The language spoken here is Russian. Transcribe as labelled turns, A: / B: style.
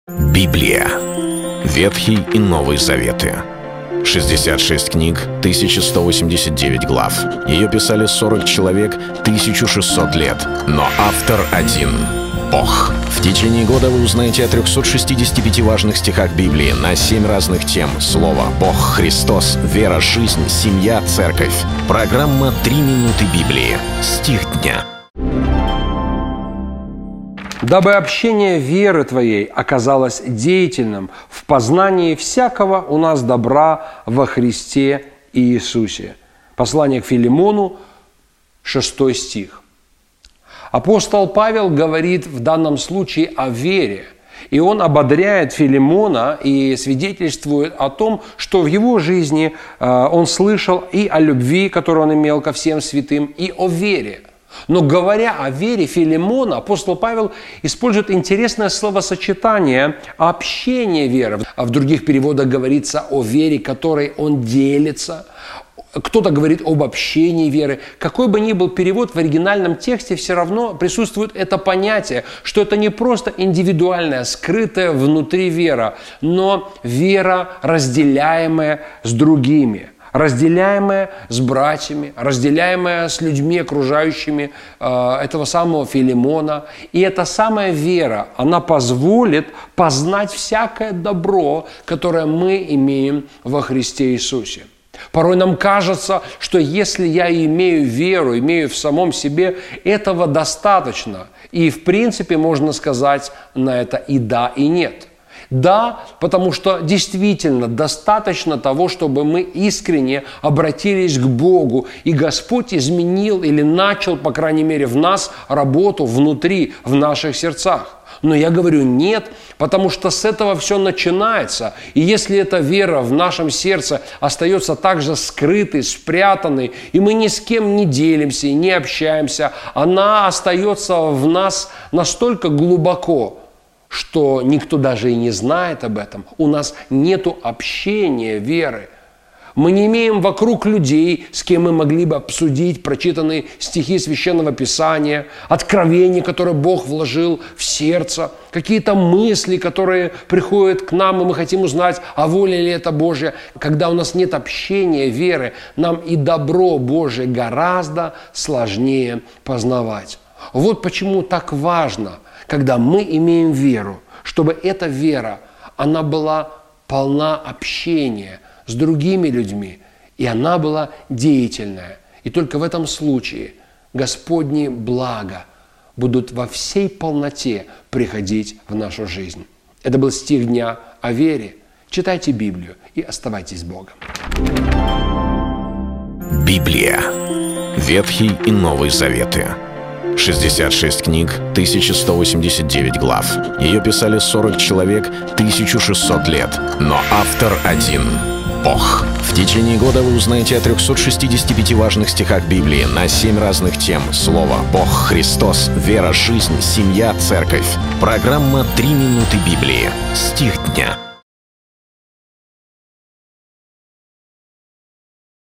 A: Библия. Ветхий и Новый Заветы. 66 книг, 1189 глав. Ее писали 40 человек, 1600 лет. Но автор один — Бог. В течение года вы узнаете о 365 важных стихах Библии на 7 разных тем. Слово, Бог, Христос, вера, жизнь, семья, церковь. Программа «3 минуты Библии». Стих дня.
B: «Дабы общение веры твоей оказалось деятельным в познании всякого у нас добра во Христе Иисусе». Послание к Филимону, 6 стих. Апостол Павел говорит в данном случае о вере, и он ободряет Филимона и свидетельствует о том, что в его жизни он слышал и о любви, которую он имел ко всем святым, и о вере. Но говоря о вере Филимона, апостол Павел использует интересное словосочетание «общение веры». А в других переводах говорится о вере, которой он делится. Кто-то говорит об общении веры. Какой бы ни был перевод, в оригинальном тексте все равно присутствует это понятие, что это не просто индивидуальная, скрытая внутри вера, но вера, разделяемая с другими. Разделяемая с братьями, разделяемая с людьми, окружающими этого самого Филимона. И эта самая вера, она позволит познать всякое добро, которое мы имеем во Христе Иисусе. Порой нам кажется, что если я имею веру, имею в самом себе, этого достаточно. И в принципе можно сказать на это и да, и нет. Да, потому что действительно достаточно того, чтобы мы искренне обратились к Богу, и Господь изменил или начал, по крайней мере, в нас работу внутри, в наших сердцах. Но я говорю нет, потому что с этого все начинается. И если эта вера в нашем сердце остается также скрытой, спрятанной, и мы ни с кем не делимся и не общаемся, она остается в нас настолько глубоко, что никто даже и не знает об этом. У нас нет общения веры. Мы не имеем вокруг людей, с кем мы могли бы обсудить прочитанные стихи Священного Писания, откровения, которые Бог вложил в сердце, какие-то мысли, которые приходят к нам, и мы хотим узнать, а воля ли это Божья. Когда у нас нет общения веры, нам и добро Божие гораздо сложнее познавать. Вот почему так важно, когда мы имеем веру, чтобы эта вера, она была полна общения с другими людьми, и она была деятельная. И только в этом случае Господни блага будут во всей полноте приходить в нашу жизнь. Это был стих дня о вере. Читайте Библию и оставайтесь с Богом.
A: Библия. Ветхий и Новый Заветы. 66 книг, 1189 глав. Ее писали 40 человек, 1600 лет. Но автор один — Бог. В течение года вы узнаете о 365 важных стихах Библии на 7 разных тем. Слово, Бог, Христос, вера, жизнь, семья, церковь. Программа «3 минуты Библии». Стих дня.